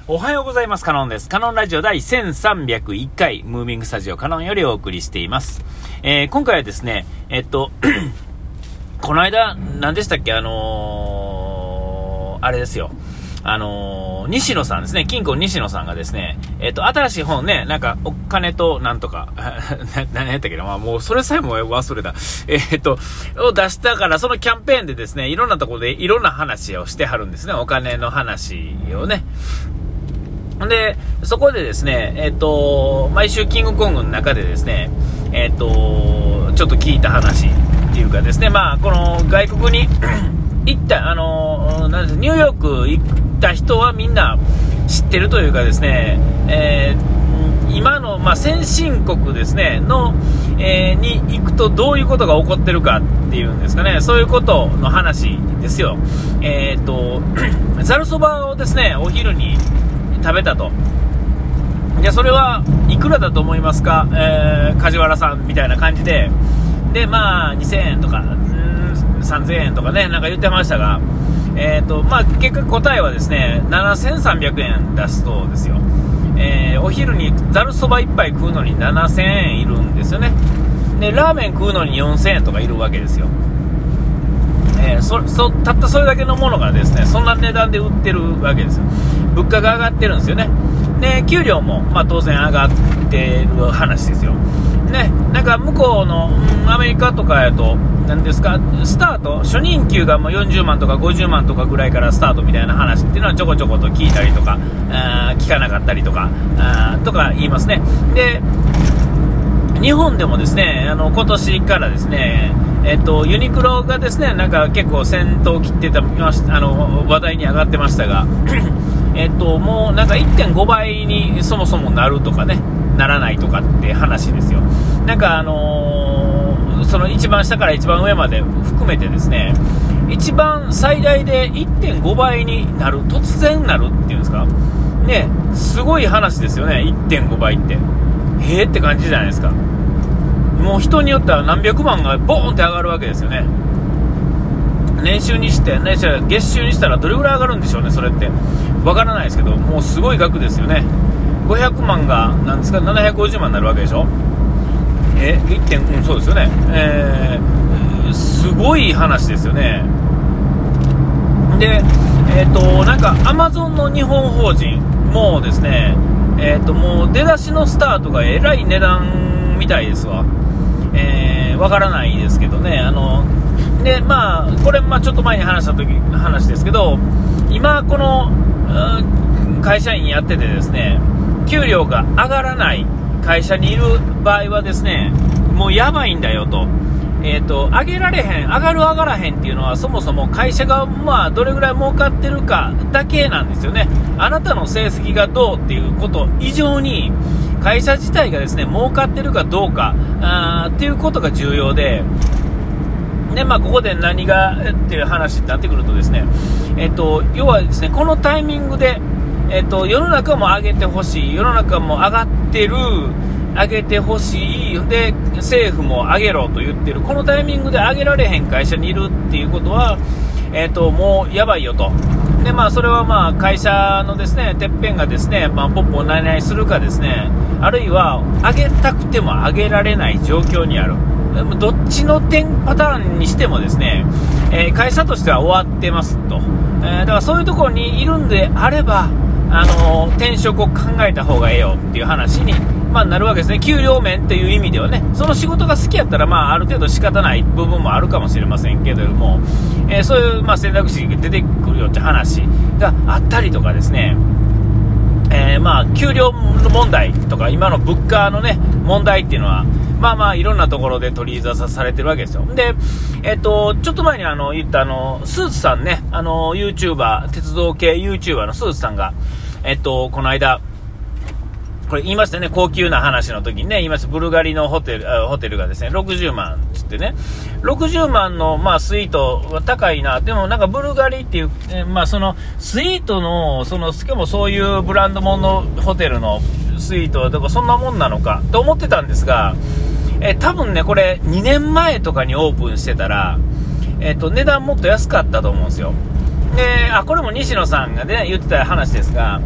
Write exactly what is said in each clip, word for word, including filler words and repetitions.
おはようございます。カノンです。カノンラジオ第せんさんびゃくいっかい、ムービングスタジオカノンよりお送りしています。えー、今回はですね、えっと、この間、何でしたっけ、あのー、あれですよ。あのー、西野さんですね、金庫西野さんがですね、えっと、新しい本ね、なんか、お金となんとか、何やったっけな、まあ、もうそれさえも忘れた。えー、っと、を出したから、そのキャンペーンでですね、いろんなところでいろんな話をしてはるんですね、お金の話をね。で、そこでですね、えっと、毎週キングコングの中でですね、えっと、ちょっと聞いた話っていうかですね、まあ、この外国に行った、あの、なんですニューヨーク行った人はみんな知ってるというかですね、えー、今の、まあ、先進国ですね、の、えー、に行くとどういうことが起こってるかっていうんですかね、そういうことの話ですよ。えっと、ざるそばをですね、お昼に食べたと。いや、それはいくらだと思いますか、えー、梶原さんみたいな感じで、で、まあ、にせんえんとか、さんぜんえんとかね、なんか言ってましたが、えーと、まあ、結果答えはですね、ななせんさんびゃくえん出すとですよ。えー、お昼にざるそばいっぱい食うのにななせんえんいるんですよね。で、ラーメン食うのによんせんえんとかいるわけですよ。えー、そそたったそれだけのものがですね、そんな値段で売ってるわけですよ。物価が上がってるんですよね。で、給料も、まあ、当然上がってる話ですよ。ね、なんか向こうの、うん、アメリカとかやと、なんですか、スタート、初任給がもうよんじゅうまんとかごじゅうまんとかぐらいからスタートみたいな話っていうのはちょこちょこと聞いたりとか、あ聞かなかったりとか、あとか言いますね。で、日本でもですね、あの今年からですね、えっと、ユニクロがですね、なんか結構先頭切ってた、あの話題に上がってましたが、えっと、もうなんか いってんごばいにそもそもなるとかね、ならないとかって話ですよ。なんかあのー、その一番下から一番上まで含めてですね、一番最大で いってんごばいになる、突然なるっていうんですかね、すごい話ですよね。 いってんごばいってへーって感じじゃないですか。もう人によっては何百万がボーンって上がるわけですよね。年収にして、年収月収にしたらどれぐらい上がるんでしょうね。それってわからないですけど、もうすごい額ですよね。ごひゃくまんがなんですか、ななひゃくごじゅうまんになるわけでしょ。え、いってん、うん、そうですよね。えー、すごい話ですよね。で、えっと、なんかアマゾンの日本法人もですね、えっと、もう出だしのスタートがえらい値段みたいですわ。えー、わからないですけどね。あの、で、まあ、これ、まあ、ちょっと前に話した時、話ですけど、今、この、会社員やっててですね、給料が上がらない会社にいる場合はですね、もうやばいんだよと。えっと、上げられへん、上がる上がらへんっていうのはそもそも会社がまあどれぐらい儲かってるかだけなんですよね。あなたの成績がどうっていうこと以上に、会社自体がですね、儲かってるかどうか、あーっていうことが重要で、で、まあ、ここで何がっていう話になってくるとですね、えっと、要はですね、このタイミングで、えっと、世の中も上げてほしい、世の中も上がってる、上げてほしい、で、政府も上げろと言ってる、このタイミングで上げられへん会社にいるっていうことは、えっと、もうやばいよと。で、まあ、それはまあ、会社のですね、てっぺんがですね、まあ、ポッポをないないするかですね、あるいは、上げたくても上げられない状況にある。どっちの点パターンにしてもですね、えー、会社としては終わってますと。えー、だからそういうところにいるんであれば、あのー、転職を考えた方がええよっていう話に、まあ、なるわけですね。給料面っていう意味ではね、その仕事が好きやったら、まあ、ある程度仕方ない部分もあるかもしれませんけれども、えー、そういう、まあ、選択肢が出てくるよって話があったりとかですね、えー、まあ、給料問題とか、今の物価のね、問題っていうのは、まあまあいろんなところで取り沙汰されてるわけですよ。で、えっと、ちょっと前にあの言ったあの、スーツさんね、あの、YouTuber、鉄道系 YouTuber のスーツさんが、えっと、この間、これ言いましたね、高級な話の時にね、言いました、ブルガリのホテル、ホテルがですね、ろくじゅうまんつってね、ろくじゅうまんの、まあ、スイートは高いな、でもなんかブルガリっていう、えまあ、その、スイートの、その、しかもそういうブランドものホテルのスイートは、だからそんなもんなのか、と思ってたんですが、え多分ね、これにねんまえとかにオープンしてたら、えっと、値段もっと安かったと思うんですよ。で、あ、これも西野さんがね、言ってた話ですが、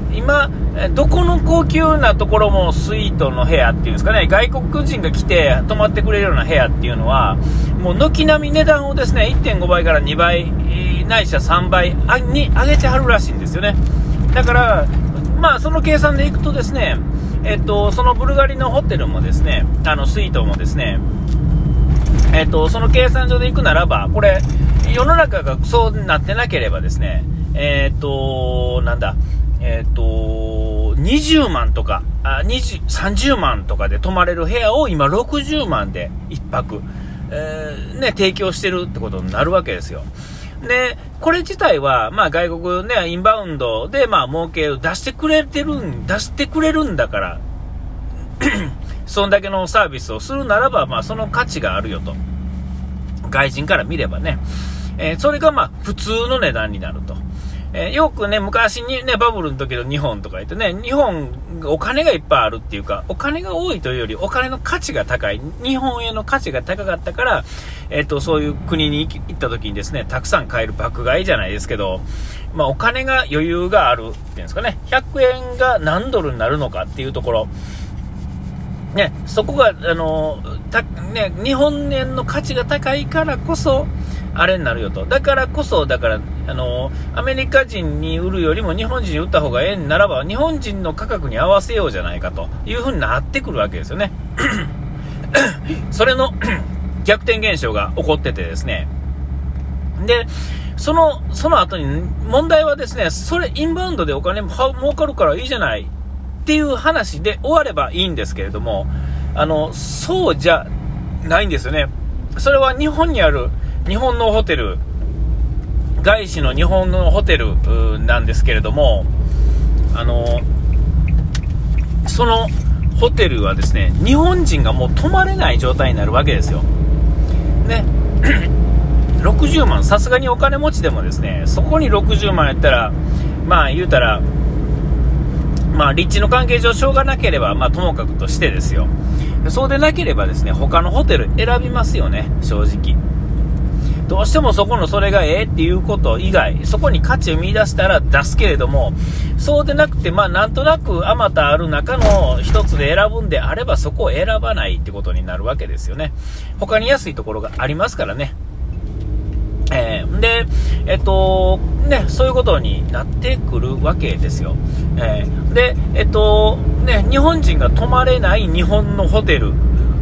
今どこの高級なところもスイートの部屋っていうんですかね、外国人が来て泊まってくれるような部屋っていうのはもう軒並み値段をですね いってんご 倍からにばいないしはさんばいに上げてはるらしいんですよね。だからまあその計算でいくとですね、えっとそのブルガリのホテルもですね、あのスイートもですね、えっとその計算上でいくならば、これ世の中がそうなってなければですね、えっとなんだえっとにじゅうまんとかあさんじゅうまんとかで泊まれる部屋を今ろくじゅうまんでいっぱく、えーね、提供してるってことになるわけですよ。でこれ自体は、まあ、外国、ね、インバウンドで、まあ、儲けを出してくれてるん出してくれるんだからそんだけのサービスをするならば、まあ、その価値があるよと、外人から見ればね、えー、それがまあ普通の値段になると。えー、よくね昔にねバブルの時の日本とか言ってね、日本お金がいっぱいあるっていうか、お金が多いというよりお金の価値が高い、日本円の価値が高かったから、えー、とそういう国に行った時にですね、たくさん買える爆買いじゃないですけど、まあ、お金が余裕があるっていうんですかね、ひゃくえんが何ドルになるのかっていうところね、そこがあのた、ね、日本円の価値が高いからこそあれになるよと。だからこそだからあのアメリカ人に売るよりも日本人に売った方がええんならば、日本人の価格に合わせようじゃないかという風になってくるわけですよねそれの逆転現象が起こっててですね、でそのその後に問題はですね、それインバウンドでお金も儲かるからいいじゃないっていう話で終わればいいんですけれども、あのそうじゃないんですよね。それは日本にある日本のホテル、外資の日本のホテルなんですけれども、あのそのホテルはですね、日本人がもう泊まれない状態になるわけですよねろくじゅうまん、さすがにお金持ちでもですね、そこにろくじゅうまんやったら、まあ言うたらまあ立地の関係上しょうがなければ、まあともかくとしてですよ、そうでなければですね、他のホテル選びますよね。正直どうしてもそこのそれがええっていうこと以外、そこに価値を見出したら出すけれども、そうでなくて、まあなんとなくあまたある中の一つで選ぶんであれば、そこを選ばないってことになるわけですよね。他に安いところがありますからね。えー、で、えっとね、そういうことになってくるわけですよ。えー、で、えっとね、日本人が泊まれない日本のホテル、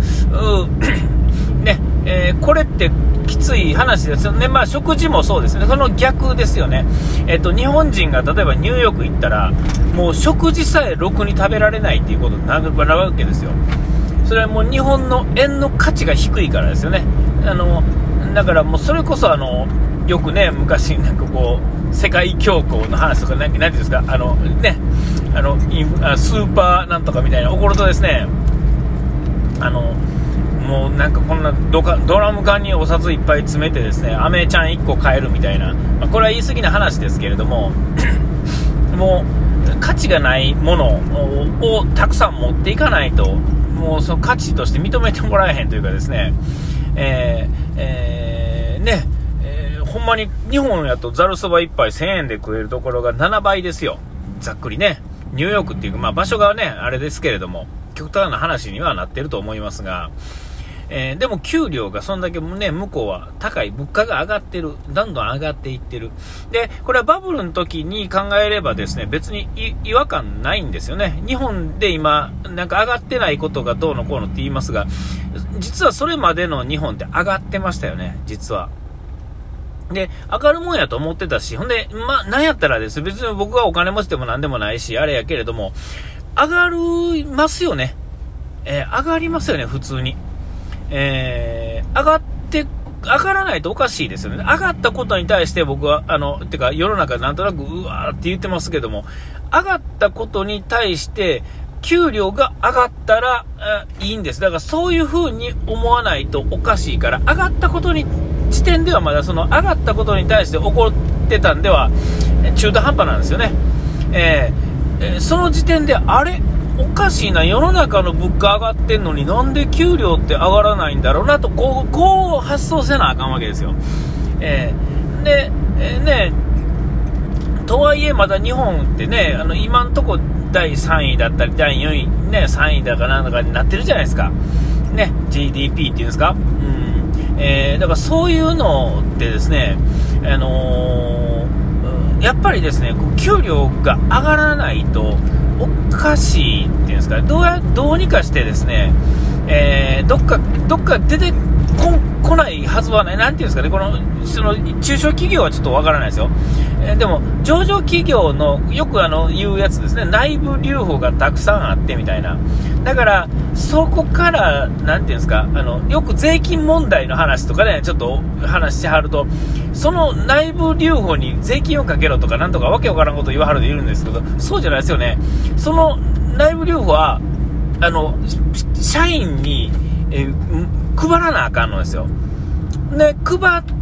ね、えー、これってきつい話ですよね。まあ食事もそうですね。その逆ですよね。えっと日本人が例えばニューヨーク行ったら、もう食事さえろくに食べられないっていうことになるわけですよ。それはもう日本の円の価値が低いからですよね。あのだからもうそれこそあのよくね、昔なんかこう世界恐慌の話とか、なんていうんですか、あのね、あのスーパーなんとかみたいな起こるとですね、あのもうなんかこんな ド, かドラム缶にお札いっぱい詰めてですね、アメちゃんいっこ買えるみたいな、まあ、これは言い過ぎな話ですけれどももう価値がないもの を, をたくさん持っていかないと、もうその価値として認めてもらえへんというかですね、えーえー、ね、えー、ほんまに日本やとざるそばいっぱいせんえんで食えるところがななばいですよ、ざっくりね。ニューヨークっていうか、まあ、場所がねあれですけれども、極端な話にはなってると思いますが、えー、でも給料がそんだけね、向こうは高い、物価が上がってる、どんどん上がっていってる。でこれはバブルの時に考えればですね、別に違和感ないんですよね。日本で今なんか上がってないことがどうのこうのって言いますが、実はそれまでの日本って上がってましたよね、実は。で上がるもんやと思ってたし、ほんでまあなんやったらです、別に僕はお金持ちでもなんでもないしあれやけれども、上がりますよね、えー、上がりますよね普通に。えー、上がって上がらないとおかしいですよね。上がったことに対して僕はあのてか世の中なんとなくうわーって言ってますけども、上がったことに対して給料が上がったらいいんです。だからそういう風に思わないとおかしいから、上がったことに時点ではまだその上がったことに対して怒ってたんでは中途半端なんですよね。えー、その時点であれおかしいな、世の中の物価上がってんのになんで給料って上がらないんだろうなと、こう、こう発想せなあかんわけですよ。えー、で、えー、ねとはいえまだ日本ってね、あの今んとこだいさんいだったりだいよんい、ね、さんいだかなんだかになってるじゃないですか、ね、ジーディーピー っていうんですか、うんえー、だからそういうのってですね、あのー、やっぱりですね、こう給料が上がらないとおかしいっていうんですか、どうやどうにかしてですね、えー、どっかどっか出てこ来ないはずはない、なんていうんですかね、このその中小企業はちょっとわからないですよ、えー、でも上場企業のよくあの言うやつですね、内部留保がたくさんあってみたいな、だからそこからなんていうんですか、あのよく税金問題の話とかね、ちょっと話してはると、その内部留保に税金をかけろとかなんとかわけわからんこと言わはるでいるんですけど、そうじゃないですよね。その内部留保はあの社員に、えー、配らなあかんのですよ。で配って、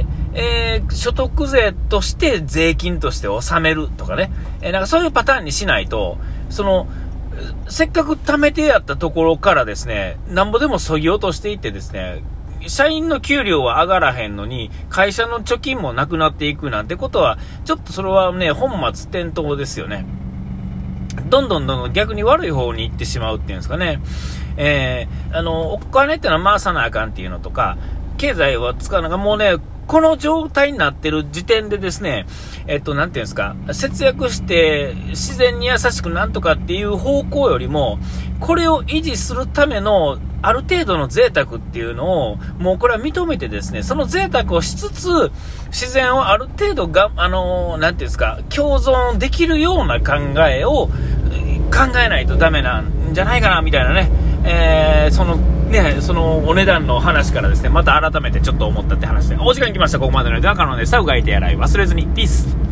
えー、所得税として税金として納めるとかね、えー、なんかそういうパターンにしないと、そのせっかく貯めてやったところからですね、なんぼでも削ぎ落としていってですね、社員の給料は上がらへんのに会社の貯金もなくなっていくなんてことは、ちょっとそれはね、本末転倒ですよね。どんどんどんどん逆に悪い方に行ってしまうっていうんですかね、えー、あのお金ってのは回さなあかんっていうのとか、経済は使うのがもうね、この状態になってる時点でですね、えっと、なんていうんですか、節約して自然に優しくなんとかっていう方向よりも、これを維持するためのある程度の贅沢っていうのを、もうこれは認めてですね、その贅沢をしつつ、自然をある程度が、あのー、なんていうんですか、共存できるような考えを考えないとダメなんじゃないかな、みたいなね、えー、その、ね、そのお値段の話からですね、また改めてちょっと思ったって話で、お時間来ました。ここまでの間はカノンでした。うがいて洗い忘れずに。ピース。